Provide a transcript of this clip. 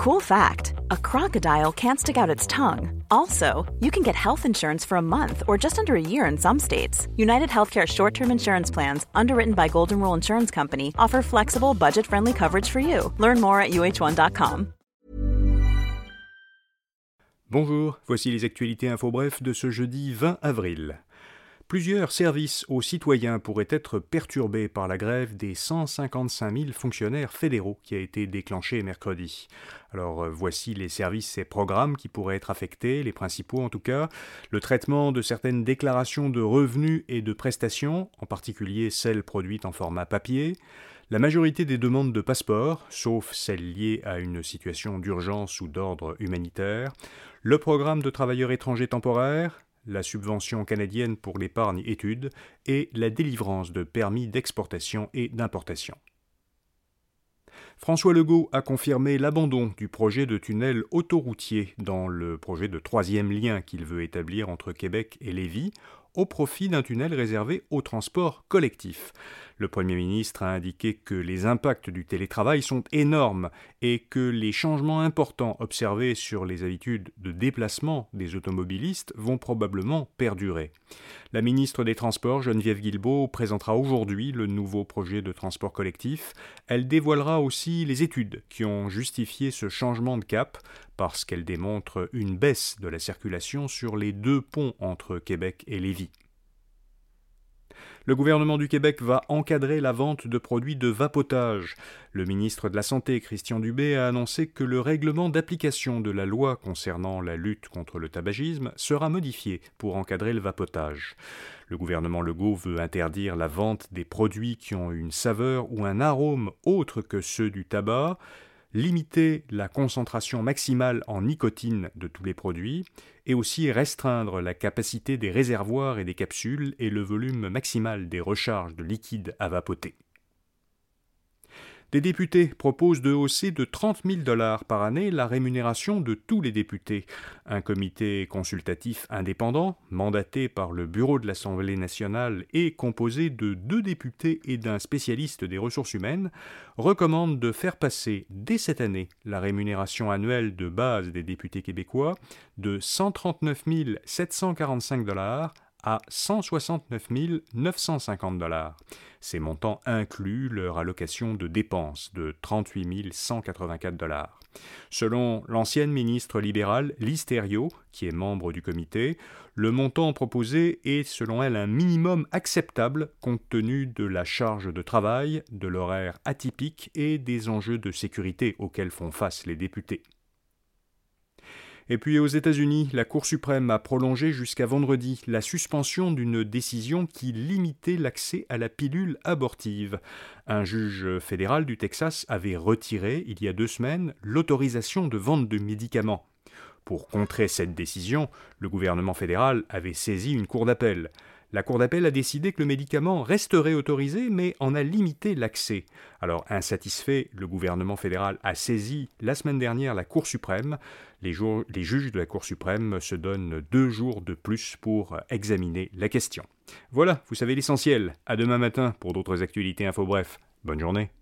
Cool fact, a crocodile can't stick out its tongue. Also, you can get health insurance for a month or just under a year in some states. United Healthcare short-term insurance plans, underwritten by Golden Rule Insurance Company, offer flexible, budget-friendly coverage for you. Learn more at uh1.com. Bonjour, voici les actualités info-bref de ce jeudi 20 avril. Plusieurs services aux citoyens pourraient être perturbés par la grève des 155 000 fonctionnaires fédéraux qui a été déclenchée mercredi. Alors voici les services et programmes qui pourraient être affectés, les principaux en tout cas. Le traitement de certaines déclarations de revenus et de prestations, en particulier celles produites en format papier. La majorité des demandes de passeport, sauf celles liées à une situation d'urgence ou d'ordre humanitaire. Le programme de travailleurs étrangers temporaires. La subvention canadienne pour l'épargne études et la délivrance de permis d'exportation et d'importation. François Legault a confirmé l'abandon du projet de tunnel autoroutier dans le projet de troisième lien qu'il veut établir entre Québec et Lévis, au profit d'un tunnel réservé au transport collectif. Le Premier ministre a indiqué que les impacts du télétravail sont énormes et que les changements importants observés sur les habitudes de déplacement des automobilistes vont probablement perdurer. La ministre des Transports, Geneviève Guilbeault, présentera aujourd'hui le nouveau projet de transport collectif. Elle dévoilera aussi les études qui ont justifié ce changement de cap parce qu'elles démontrent une baisse de la circulation sur les deux ponts entre Québec et Lévis. Le gouvernement du Québec va encadrer la vente de produits de vapotage. Le ministre de la Santé, Christian Dubé, a annoncé que le règlement d'application de la loi concernant la lutte contre le tabagisme sera modifié pour encadrer le vapotage. Le gouvernement Legault veut interdire la vente des produits qui ont une saveur ou un arôme autre que ceux du tabac, limiter la concentration maximale en nicotine de tous les produits et aussi restreindre la capacité des réservoirs et des capsules et le volume maximal des recharges de liquide à vapoter. Des députés proposent de hausser de 30 000 $ par année la rémunération de tous les députés. Un comité consultatif indépendant, mandaté par le bureau de l'Assemblée nationale et composé de 2 députés et d'un spécialiste des ressources humaines, recommande de faire passer dès cette année la rémunération annuelle de base des députés québécois de 139 745 $ à 169 950 $. Ces montants incluent leur allocation de dépenses de 38 184 $. Selon l'ancienne ministre libérale Lise Thériault, qui est membre du comité, le montant proposé est selon elle un minimum acceptable compte tenu de la charge de travail, de l'horaire atypique et des enjeux de sécurité auxquels font face les députés. Et puis aux États-Unis, la Cour suprême a prolongé jusqu'à vendredi la suspension d'une décision qui limitait l'accès à la pilule abortive. Un juge fédéral du Texas avait retiré, il y a 2 semaines, l'autorisation de vente de médicaments. Pour contrer cette décision, le gouvernement fédéral avait saisi une cour d'appel. La Cour d'appel a décidé que le médicament resterait autorisé, mais en a limité l'accès. Alors, insatisfait, le gouvernement fédéral a saisi la semaine dernière la Cour suprême. Les juges de la Cour suprême se donnent 2 jours de plus pour examiner la question. Voilà, vous savez l'essentiel. À demain matin pour d'autres actualités info bref. Bonne journée.